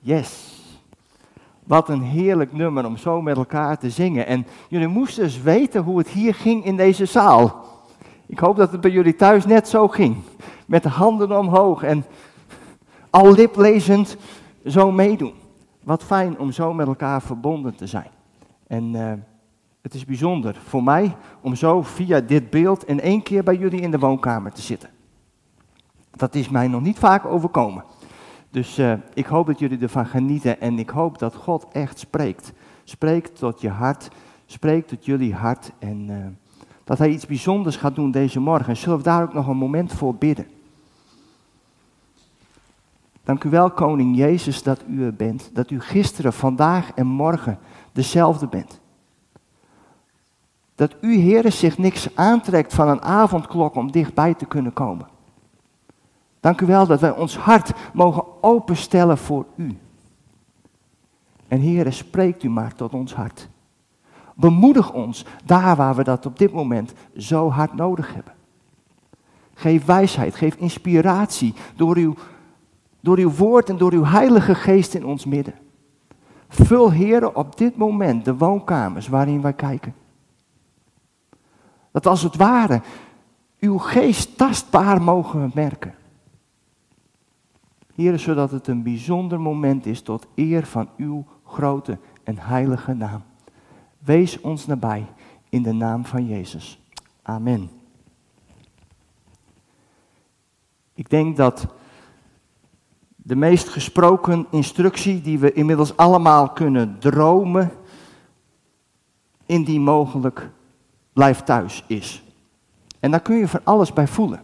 Yes. Wat een heerlijk nummer om zo met elkaar te zingen. En jullie moesten dus weten hoe het hier ging in deze zaal. Ik hoop dat het bij jullie thuis net zo ging. Met de handen omhoog en al liplezend zo meedoen. Wat fijn om zo met elkaar verbonden te zijn. En het is bijzonder voor mij om zo via dit beeld in één keer bij jullie in de woonkamer te zitten. Dat is mij nog niet vaak overkomen. Dus ik hoop dat jullie ervan genieten en ik hoop dat God echt spreekt. Spreekt tot je hart, spreekt tot jullie hart en dat hij iets bijzonders gaat doen deze morgen. En zullen we daar ook nog een moment voor bidden. Dank u wel, Koning Jezus, dat u er bent. Dat u gisteren, vandaag en morgen dezelfde bent. Dat u, Heere, zich niks aantrekt van een avondklok om dichtbij te kunnen komen. Dank u wel dat wij ons hart mogen openstellen voor u. En Heere, spreekt u maar tot ons hart. Bemoedig ons daar waar we dat op dit moment zo hard nodig hebben. Geef wijsheid, geef inspiratie door uw woord en door uw Heilige Geest in ons midden. Vul, Heere, op dit moment de woonkamers waarin wij kijken. Dat als het ware uw geest tastbaar mogen merken. Heere, zodat het een bijzonder moment is tot eer van uw grote en heilige naam. Wees ons nabij in de naam van Jezus. Amen. Ik denk dat de meest gesproken instructie die we inmiddels allemaal kunnen dromen, indien mogelijk, blijf thuis is. En daar kun je van alles bij voelen.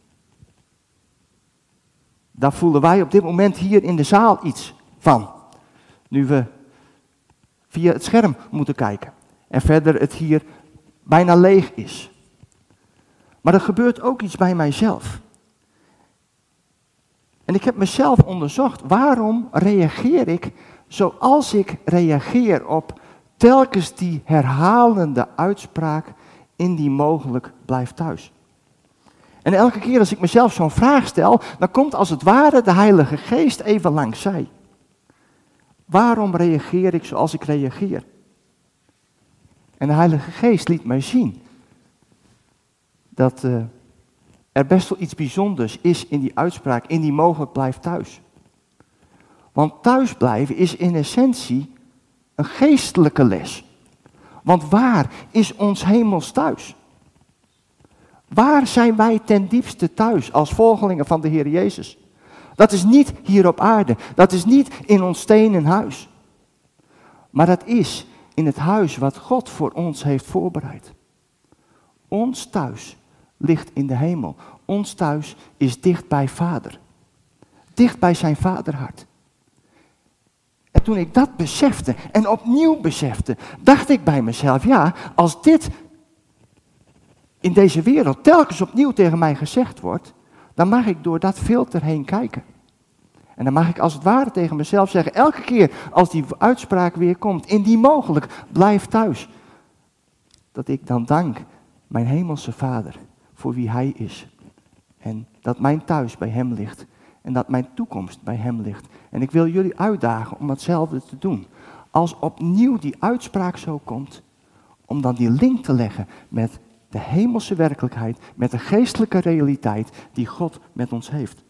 Daar voelen wij op dit moment hier in de zaal iets van. Nu we via het scherm moeten kijken. En verder het hier bijna leeg is. Maar er gebeurt ook iets bij mijzelf. En ik heb mezelf onderzocht. Waarom reageer ik zoals ik reageer op telkens die herhalende uitspraak indien mogelijk blijf thuis? En elke keer als ik mezelf zo'n vraag stel, dan komt als het ware de Heilige Geest even langs zij. Waarom reageer ik zoals ik reageer? En de Heilige Geest liet mij zien dat er best wel iets bijzonders is in die uitspraak, indien mogelijk blijf thuis. Want thuisblijven is in essentie een geestelijke les. Want waar is ons hemels thuis? Waar zijn wij ten diepste thuis als volgelingen van de Heer Jezus? Dat is niet hier op aarde. Dat is niet in ons stenen huis. Maar dat is in het huis wat God voor ons heeft voorbereid. Ons thuis ligt in de hemel. Ons thuis is dicht bij Vader. Dicht bij zijn vaderhart. En toen ik dat besefte en opnieuw besefte, dacht ik bij mezelf, ja, als dit in deze wereld telkens opnieuw tegen mij gezegd wordt, dan mag ik door dat filter heen kijken. En dan mag ik als het ware tegen mezelf zeggen, elke keer als die uitspraak weer komt, indien mogelijk, blijf thuis. Dat ik dan dank mijn hemelse Vader voor wie Hij is. En dat mijn thuis bij Hem ligt. En dat mijn toekomst bij Hem ligt. En ik wil jullie uitdagen om hetzelfde te doen. Als opnieuw die uitspraak zo komt, om dan die link te leggen met de hemelse werkelijkheid, met de geestelijke realiteit die God met ons heeft.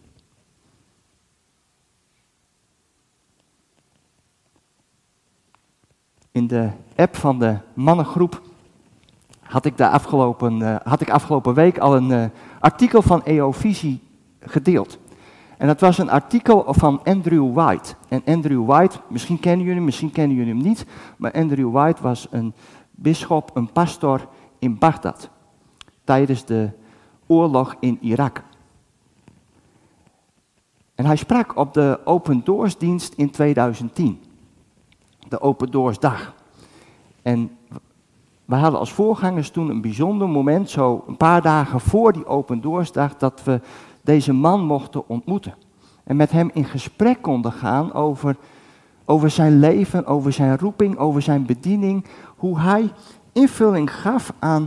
In de app van de mannengroep had ik afgelopen week al een artikel van EO-visie gedeeld. En dat was een artikel van Andrew White. En Andrew White, misschien kennen jullie hem niet, maar Andrew White was een bisschop, een pastor in Bagdad tijdens de oorlog in Irak. En hij sprak op de Open Doors dienst in 2010. De Open Doors dag. En we hadden als voorgangers toen een bijzonder moment, zo een paar dagen voor die Open Doors dag, dat we deze man mochten ontmoeten. En met hem in gesprek konden gaan over zijn leven, over zijn roeping, over zijn bediening. Hoe hij invulling gaf aan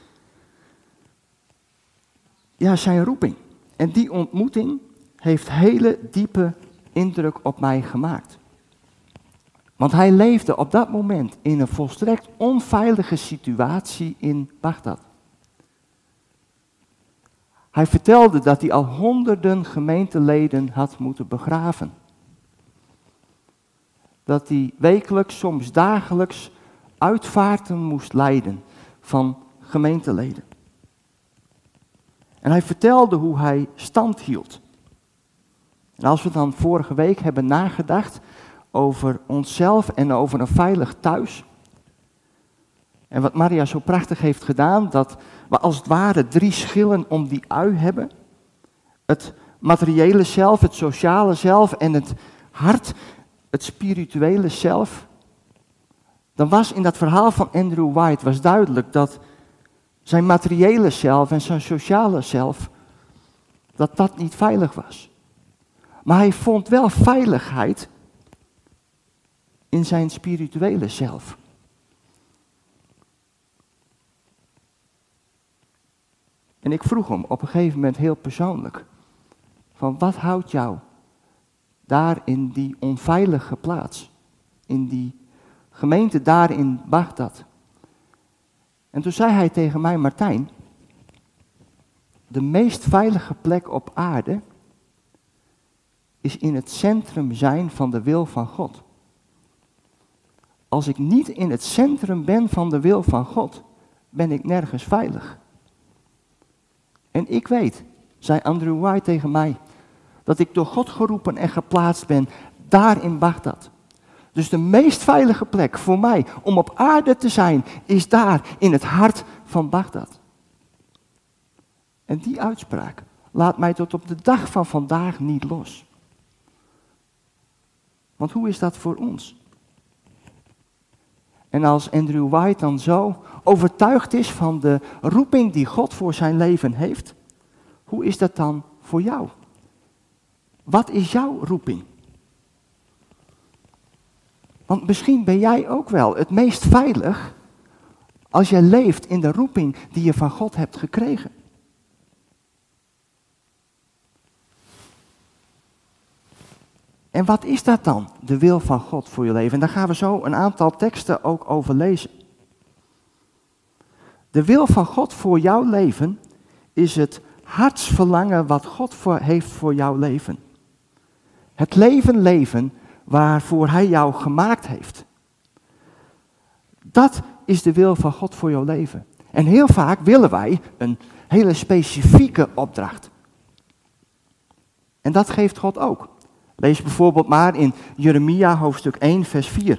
zijn roeping. En die ontmoeting heeft hele diepe indruk op mij gemaakt. Want hij leefde op dat moment in een volstrekt onveilige situatie in Bagdad. Hij vertelde dat hij al honderden gemeenteleden had moeten begraven. Dat hij wekelijks, soms dagelijks uitvaarten moest leiden van gemeenteleden. En hij vertelde hoe hij stand hield. En als we dan vorige week hebben nagedacht over onszelf en over een veilig thuis. En wat Maria zo prachtig heeft gedaan, dat we als het ware 3 schillen om die ui hebben. Het materiële zelf, het sociale zelf en het hart, het spirituele zelf. Dan was in dat verhaal van Andrew White was duidelijk dat zijn materiële zelf en zijn sociale zelf, dat niet veilig was. Maar hij vond wel veiligheid in zijn spirituele zelf. En ik vroeg hem op een gegeven moment heel persoonlijk, van wat houdt jou daar in die onveilige plaats, in die gemeente daar in Bagdad? En toen zei hij tegen mij, Martijn, de meest veilige plek op aarde is in het centrum zijn van de wil van God. Als ik niet in het centrum ben van de wil van God, ben ik nergens veilig. En ik weet, zei Andrew White tegen mij, dat ik door God geroepen en geplaatst ben daar in Bagdad. Dus de meest veilige plek voor mij om op aarde te zijn, is daar in het hart van Bagdad. En die uitspraak laat mij tot op de dag van vandaag niet los. Want hoe is dat voor ons? En als Andrew White dan zo overtuigd is van de roeping die God voor zijn leven heeft, hoe is dat dan voor jou? Wat is jouw roeping? Want misschien ben jij ook wel het meest veilig als jij leeft in de roeping die je van God hebt gekregen. En wat is dat dan, de wil van God voor je leven? En daar gaan we zo een aantal teksten ook over lezen. De wil van God voor jouw leven is het hartsverlangen wat God heeft voor jouw leven. Het leven waarvoor Hij jou gemaakt heeft. Dat is de wil van God voor jouw leven. En heel vaak willen wij een hele specifieke opdracht. En dat geeft God ook. Lees bijvoorbeeld maar in Jeremia hoofdstuk 1 vers 4.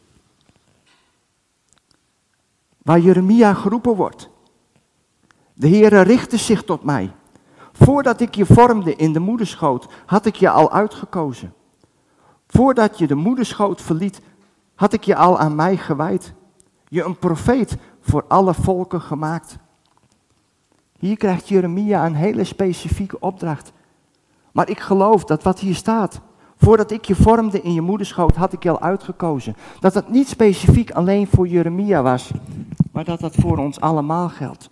Waar Jeremia geroepen wordt. De Heere richtte zich tot mij. Voordat ik je vormde in de moederschoot, had ik je al uitgekozen. Voordat je de moederschoot verliet, had ik je al aan mij gewijd. Je een profeet voor alle volken gemaakt. Hier krijgt Jeremia een hele specifieke opdracht. Maar ik geloof dat wat hier staat, voordat ik je vormde in je moederschoot, had ik je al uitgekozen. Dat dat niet specifiek alleen voor Jeremia was, maar dat dat voor ons allemaal geldt.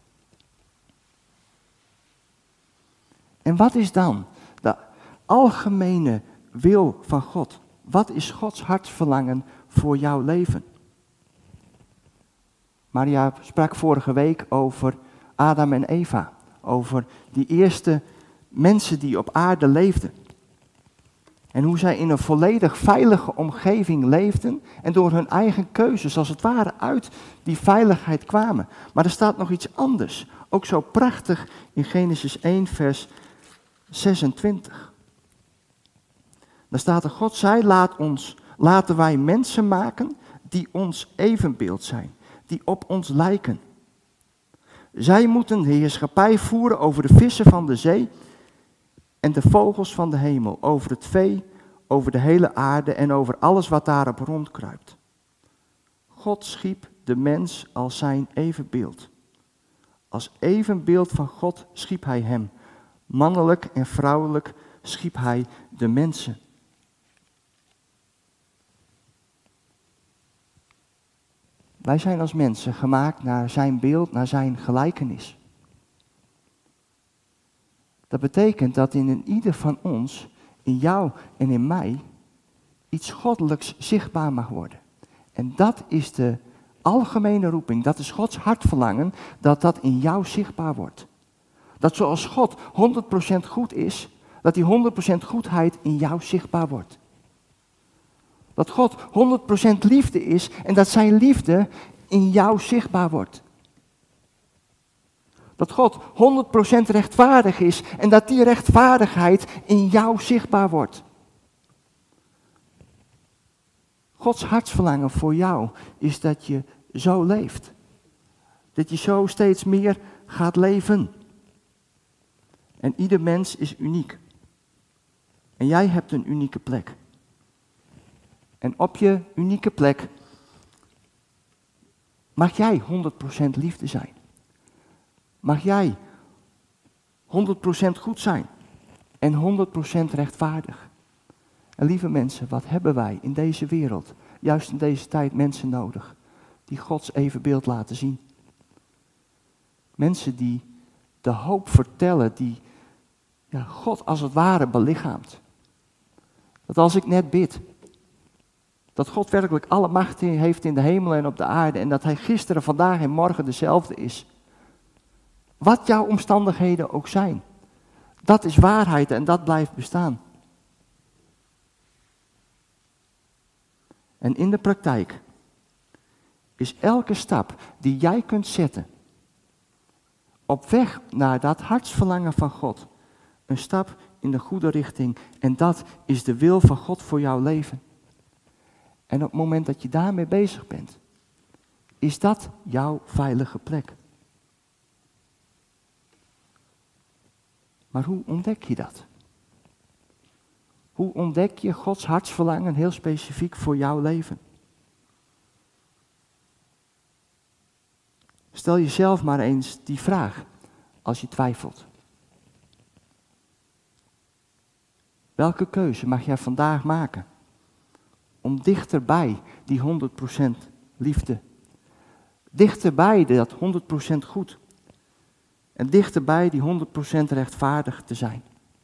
En wat is dan de algemene wil van God? Wat is Gods hartsverlangen voor jouw leven? Maria sprak vorige week over Adam en Eva. Over die eerste mensen die op aarde leefden. En hoe zij in een volledig veilige omgeving leefden en door hun eigen keuzes als het ware uit die veiligheid kwamen. Maar er staat nog iets anders, ook zo prachtig in Genesis 1 vers 26. Daar staat er, God zei, laten wij mensen maken die ons evenbeeld zijn, die op ons lijken. Zij moeten de heerschappij voeren over de vissen van de zee en de vogels van de hemel, over het vee, over de hele aarde en over alles wat daarop rondkruipt. God schiep de mens als zijn evenbeeld. Als evenbeeld van God schiep hij hem. Mannelijk en vrouwelijk schiep hij de mensen. Wij zijn als mensen gemaakt naar zijn beeld, naar zijn gelijkenis. Dat betekent dat in ieder van ons, in jou en in mij, iets goddelijks zichtbaar mag worden. En dat is de algemene roeping, dat is Gods hartverlangen, dat dat in jou zichtbaar wordt. Dat zoals God 100% goed is, dat die 100% goedheid in jou zichtbaar wordt. Dat God 100% liefde is en dat zijn liefde in jou zichtbaar wordt. Dat God 100% rechtvaardig is en dat die rechtvaardigheid in jou zichtbaar wordt. Gods hartsverlangen voor jou is dat je zo leeft. Dat je zo steeds meer gaat leven. En ieder mens is uniek. En jij hebt een unieke plek. En op je unieke plek mag jij 100% liefde zijn. Mag jij 100% goed zijn en 100% rechtvaardig. En lieve mensen, wat hebben wij in deze wereld, juist in deze tijd, mensen nodig die Gods evenbeeld laten zien. Mensen die de hoop vertellen, die God als het ware belichaamt. Dat als ik net bid, dat God werkelijk alle macht heeft in de hemel en op de aarde en dat Hij gisteren, vandaag en morgen dezelfde is. Wat jouw omstandigheden ook zijn. Dat is waarheid en dat blijft bestaan. En in de praktijk is elke stap die jij kunt zetten op weg naar dat hartsverlangen van God een stap in de goede richting. En dat is de wil van God voor jouw leven. En op het moment dat je daarmee bezig bent, is dat jouw veilige plek. Maar hoe ontdek je dat? Hoe ontdek je Gods hartsverlangen heel specifiek voor jouw leven? Stel jezelf maar eens die vraag als je twijfelt. Welke keuze mag jij vandaag maken om dichterbij die 100% liefde, dichterbij dat 100% goed en dichterbij die 100% rechtvaardig te zijn?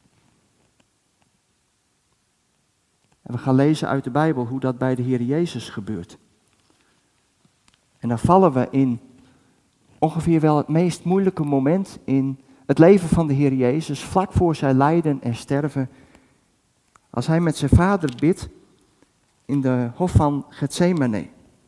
En we gaan lezen uit de Bijbel hoe dat bij de Heer Jezus gebeurt. En dan vallen we in ongeveer wel het meest moeilijke moment in het leven van de Heer Jezus, vlak voor zijn lijden en sterven. Als hij met zijn vader bidt in de hof van Getsemane.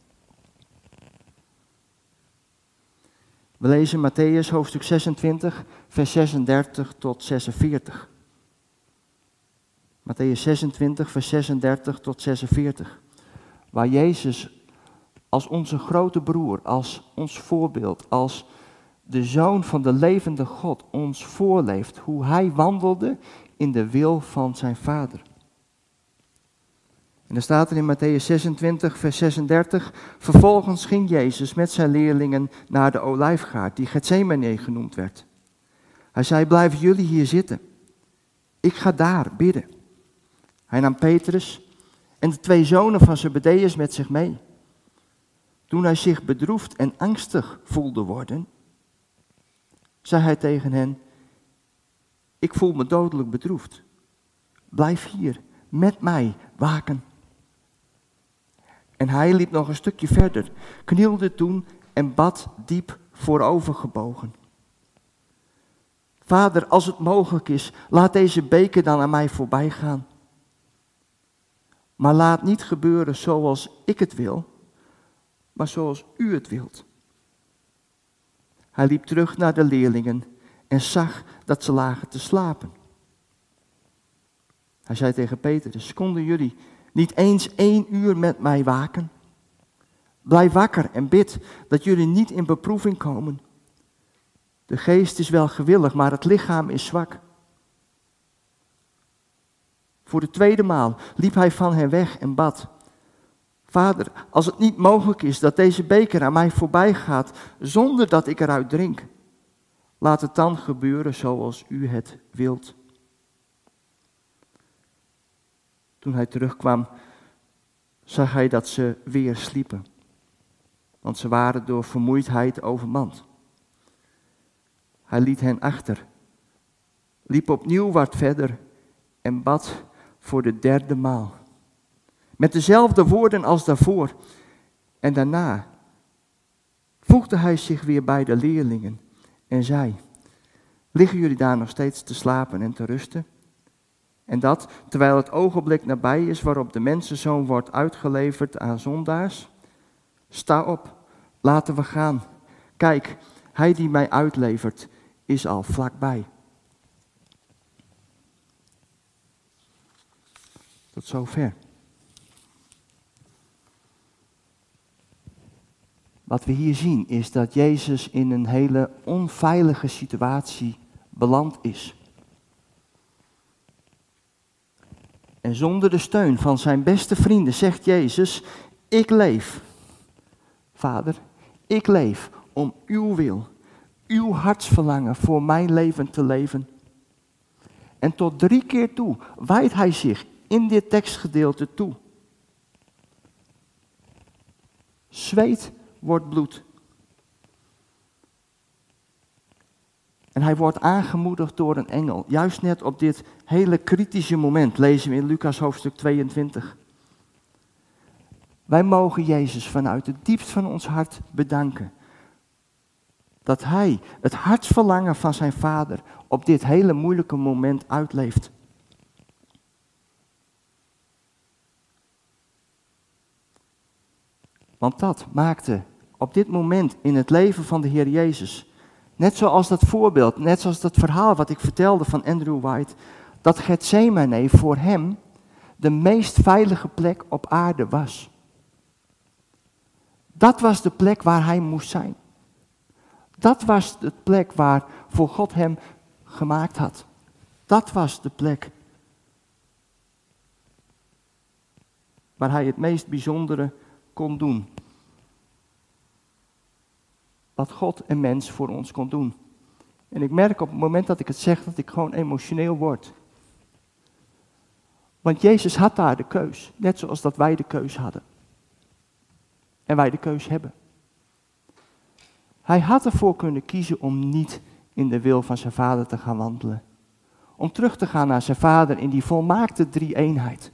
We lezen Matthäus hoofdstuk 26, vers 36 tot 46. Matthäus 26, vers 36 tot 46. Waar Jezus als onze grote broer, als ons voorbeeld, als de Zoon van de levende God ons voorleeft. Hoe hij wandelde in de wil van zijn Vader. En dan staat er in Matthäus 26, vers 36. Vervolgens ging Jezus met zijn leerlingen naar de olijfgaard, die Getsemane genoemd werd. Hij zei, blijven jullie hier zitten. Ik ga daar bidden. Hij nam Petrus en de 2 zonen van Zebedeus met zich mee. Toen hij zich bedroefd en angstig voelde worden, zei hij tegen hen, ik voel me dodelijk bedroefd. Blijf hier met mij waken. En hij liep nog een stukje verder, knielde toen en bad diep voorovergebogen. Vader, als het mogelijk is, laat deze beker dan aan mij voorbij gaan. Maar laat niet gebeuren zoals ik het wil, maar zoals u het wilt. Hij liep terug naar de leerlingen en zag dat ze lagen te slapen. Hij zei tegen Petrus, konden jullie niet eens 1 uur met mij waken? Blijf wakker en bid dat jullie niet in beproeving komen. De geest is wel gewillig, maar het lichaam is zwak. Voor de 2e maal liep hij van hen weg en bad. Vader, als het niet mogelijk is dat deze beker aan mij voorbij gaat zonder dat ik eruit drink, laat het dan gebeuren zoals u het wilt. Toen hij terugkwam, zag hij dat ze weer sliepen, want ze waren door vermoeidheid overmand. Hij liet hen achter, liep opnieuw wat verder en bad voor de 3e maal. Met dezelfde woorden als daarvoor. En daarna voegde hij zich weer bij de leerlingen en zei: liggen jullie daar nog steeds te slapen en te rusten? En dat, terwijl het ogenblik nabij is waarop de mensenzoon wordt uitgeleverd aan zondaars? Sta op, laten we gaan. Kijk, hij die mij uitlevert is al vlakbij. Tot zover. Wat we hier zien is dat Jezus in een hele onveilige situatie beland is. En zonder de steun van zijn beste vrienden zegt Jezus: ik leef, Vader, ik leef om uw wil, uw hartsverlangen voor mijn leven te leven. En tot 3 keer toe wijdt hij zich in dit tekstgedeelte toe. Zweet wordt bloed. En hij wordt aangemoedigd door een engel. Juist net op dit hele kritische moment lezen we in Lucas hoofdstuk 22. Wij mogen Jezus vanuit het diepst van ons hart bedanken. Dat hij het hartsverlangen van zijn Vader op dit hele moeilijke moment uitleeft. Want dat maakte op dit moment in het leven van de Heer Jezus, net zoals dat voorbeeld, net zoals dat verhaal wat ik vertelde van Andrew White, dat Getsemane voor hem de meest veilige plek op aarde was. Dat was de plek waar hij moest zijn. Dat was de plek waar voor God hem gemaakt had. Dat was de plek waar hij het meest bijzondere kon doen. Wat God en mens voor ons kon doen. En ik merk op het moment dat ik het zeg dat ik gewoon emotioneel word. Want Jezus had daar de keus, net zoals dat wij de keus hadden. En wij de keus hebben. Hij had ervoor kunnen kiezen om niet in de wil van zijn Vader te gaan wandelen. Om terug te gaan naar zijn Vader in die volmaakte drie-eenheid.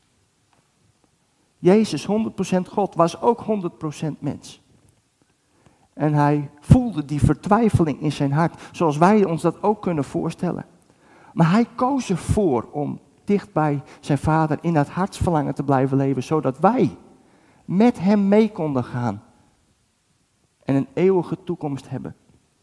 Jezus, 100% God, was ook 100% mens. En hij voelde die vertwijfeling in zijn hart, zoals wij ons dat ook kunnen voorstellen. Maar hij koos ervoor om dicht bij zijn Vader in dat hartsverlangen te blijven leven, zodat wij met hem mee konden gaan en een eeuwige toekomst hebben.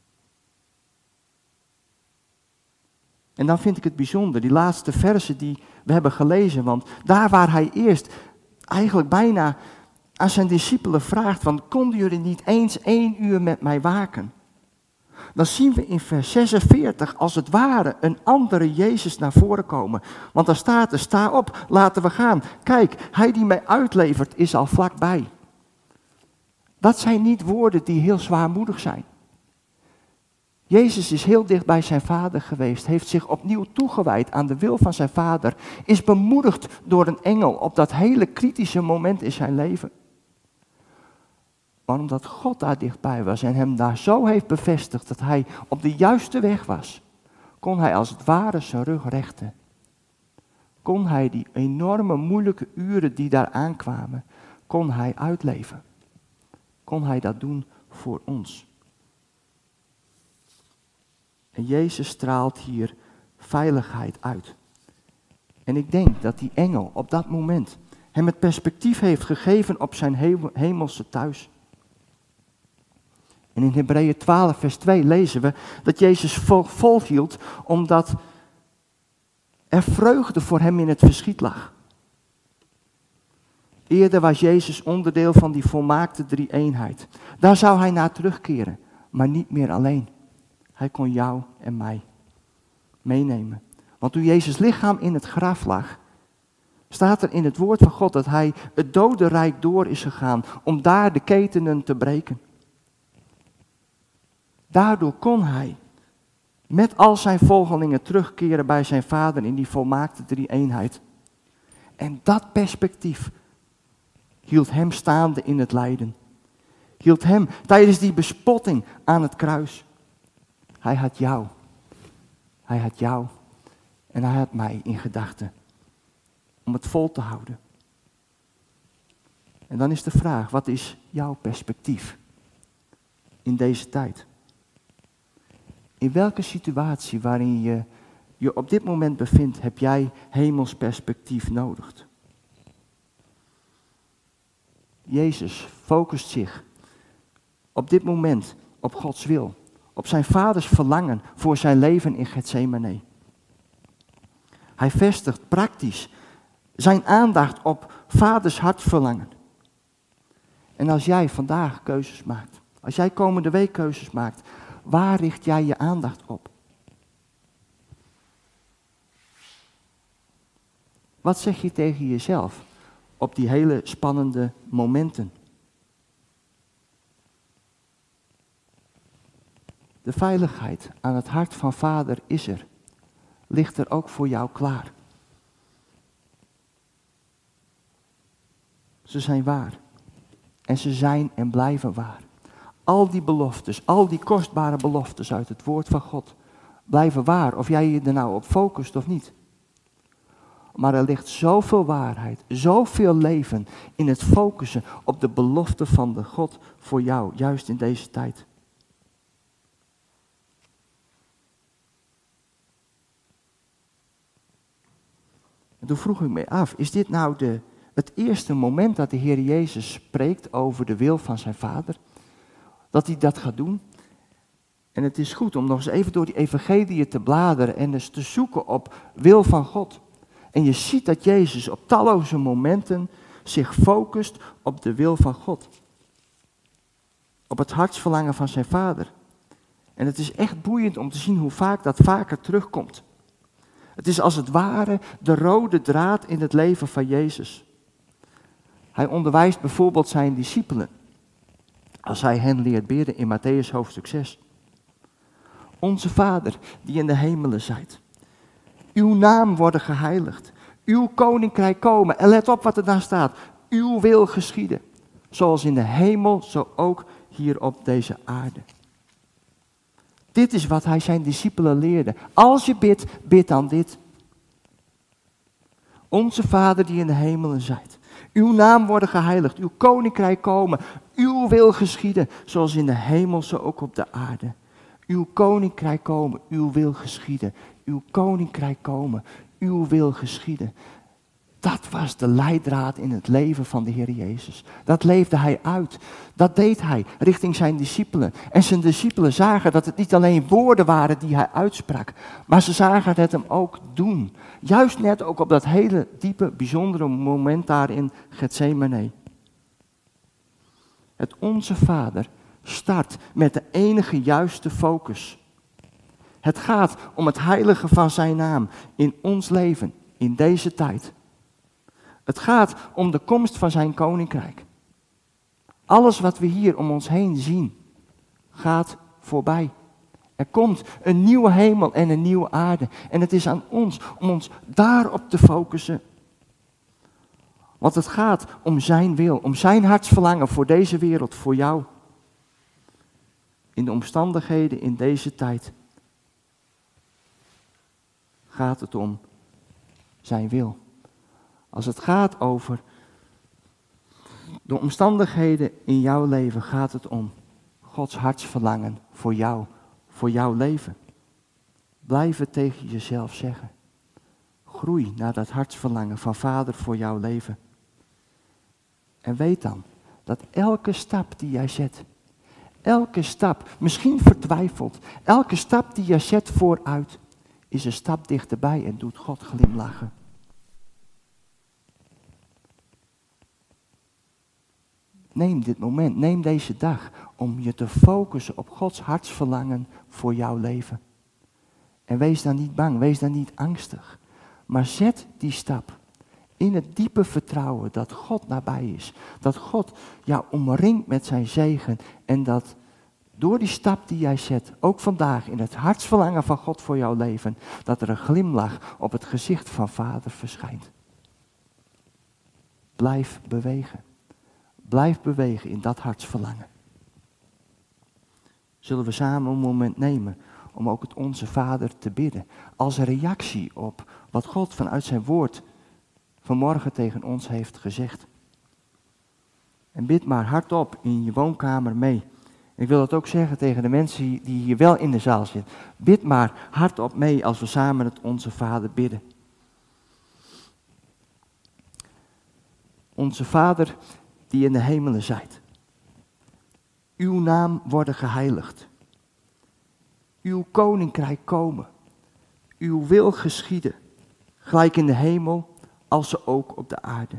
En dan vind ik het bijzonder, die laatste versen die we hebben gelezen, want daar waar hij eerst eigenlijk bijna aan zijn discipelen vraagt van, konden jullie niet eens 1 uur met mij waken? Dan zien we in vers 46 als het ware een andere Jezus naar voren komen. Want daar staat er, sta op, laten we gaan. Kijk, hij die mij uitlevert is al vlakbij. Dat zijn niet woorden die heel zwaarmoedig zijn. Jezus is heel dicht bij zijn Vader geweest, heeft zich opnieuw toegewijd aan de wil van zijn Vader, is bemoedigd door een engel op dat hele kritische moment in zijn leven. Maar omdat God daar dichtbij was en hem daar zo heeft bevestigd dat hij op de juiste weg was, kon hij als het ware zijn rug rechten. Kon hij die enorme moeilijke uren die daar aankwamen, kon hij uitleven. Kon hij dat doen voor ons. En Jezus straalt hier veiligheid uit. En ik denk dat die engel op dat moment hem het perspectief heeft gegeven op zijn hemelse thuis. En in Hebreeën 12 vers 2 lezen we dat Jezus volhield omdat er vreugde voor hem in het verschiet lag. Eerder was Jezus onderdeel van die volmaakte drie-eenheid. Daar zou hij naar terugkeren, maar niet meer alleen. Hij kon jou en mij meenemen. Want toen Jezus' lichaam in het graf lag, staat er in het woord van God dat hij het dodenrijk door is gegaan om daar de ketenen te breken. Daardoor kon hij met al zijn volgelingen terugkeren bij zijn Vader in die volmaakte drie-eenheid. En dat perspectief hield hem staande in het lijden. Hield hem tijdens die bespotting aan het kruis. Hij had jou. Hij had jou. En hij had mij in gedachten. Om het vol te houden. En dan is de vraag, wat is jouw perspectief in deze tijd? In welke situatie waarin je je op dit moment bevindt, heb jij hemels perspectief nodig? Jezus focust zich op dit moment op Gods wil, op zijn vaders verlangen voor zijn leven in Getsemane. Hij vestigt praktisch zijn aandacht op vaders hartverlangen. En als jij vandaag keuzes maakt, als jij komende week keuzes maakt, waar richt jij je aandacht op? Wat zeg je tegen jezelf op die hele spannende momenten? De veiligheid aan het hart van Vader is er, ligt er ook voor jou klaar. Ze zijn waar. En ze zijn en blijven waar. Al die beloftes, al die kostbare beloftes uit het woord van God, blijven waar, of jij je er nou op focust of niet. Maar er ligt zoveel waarheid, zoveel leven in het focussen op de belofte van de God voor jou, juist in deze tijd. En toen vroeg ik me af, is dit nou het eerste moment dat de Heer Jezus spreekt over de wil van zijn Vader? Dat hij dat gaat doen? En het is goed om nog eens even door die evangeliën te bladeren en eens te zoeken op wil van God. En je ziet dat Jezus op talloze momenten zich focust op de wil van God. Op het hartsverlangen van zijn Vader. En het is echt boeiend om te zien hoe vaak dat vaker terugkomt. Het is als het ware de rode draad in het leven van Jezus. Hij onderwijst bijvoorbeeld zijn discipelen, als hij hen leert bidden in Mattheüs hoofdstuk 6. Onze Vader, die in de hemelen zijt. Uw naam worden geheiligd. Uw koninkrijk komen. En let op wat er daar staat. Uw wil geschieden. Zoals in de hemel, zo ook hier op deze aarde. Dit is wat hij zijn discipelen leerde. Als je bidt, bid dan dit. Onze Vader die in de hemelen zijt. Uw naam worden geheiligd. Uw koninkrijk komen. Uw wil geschieden. Zoals in de hemel, zo ook op de aarde. Uw koninkrijk komen. Uw wil geschieden. Uw koninkrijk komen. Uw wil geschieden. Dat was de leidraad in het leven van de Heer Jezus. Dat leefde hij uit. Dat deed hij richting zijn discipelen. En zijn discipelen zagen dat het niet alleen woorden waren die hij uitsprak, maar ze zagen het hem ook doen. Juist net ook op dat hele diepe, bijzondere moment daar in Getsemane. Het Onze Vader start met de enige juiste focus. Het gaat om het heilige van zijn naam in ons leven, in deze tijd. Het gaat om de komst van zijn koninkrijk. Alles wat we hier om ons heen zien, gaat voorbij. Er komt een nieuwe hemel en een nieuwe aarde. En het is aan ons om ons daarop te focussen. Want het gaat om zijn wil, om zijn hartsverlangen voor deze wereld, voor jou. In de omstandigheden in deze tijd gaat het om zijn wil. Als het gaat over de omstandigheden in jouw leven, gaat het om Gods hartsverlangen voor jou, voor jouw leven. Blijf het tegen jezelf zeggen. Groei naar dat hartsverlangen van Vader voor jouw leven. En weet dan dat elke stap die jij zet, elke stap, misschien vertwijfeld, elke stap die jij zet vooruit, is een stap dichterbij en doet God glimlachen. Neem dit moment, neem deze dag om je te focussen op Gods hartsverlangen voor jouw leven. En wees dan niet bang, wees dan niet angstig. Maar zet die stap in het diepe vertrouwen dat God nabij is. Dat God jou omringt met zijn zegen en dat door die stap die jij zet, ook vandaag in het hartsverlangen van God voor jouw leven, dat er een glimlach op het gezicht van Vader verschijnt. Blijf bewegen. Blijf bewegen in dat hartsverlangen. Zullen we samen een moment nemen om ook het Onze Vader te bidden. Als een reactie op wat God vanuit zijn woord vanmorgen tegen ons heeft gezegd. En bid maar hardop in je woonkamer mee. Ik wil dat ook zeggen tegen de mensen die hier wel in de zaal zitten. Bid maar hardop mee als we samen het Onze Vader bidden. Onze Vader die in de hemelen zijt. Uw naam worden geheiligd. Uw koninkrijk komen. Uw wil geschieden. Gelijk in de hemel als ook op de aarde.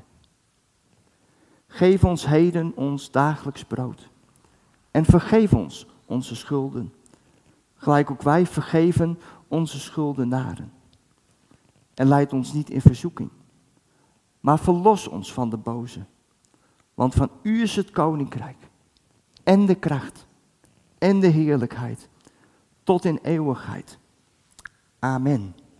Geef ons heden ons dagelijks brood. En vergeef ons onze schulden. Gelijk ook wij vergeven onze schuldenaren. En leid ons niet in verzoeking. Maar verlos ons van de boze. Want van u is het koninkrijk. En de kracht. En de heerlijkheid. Tot in eeuwigheid. Amen.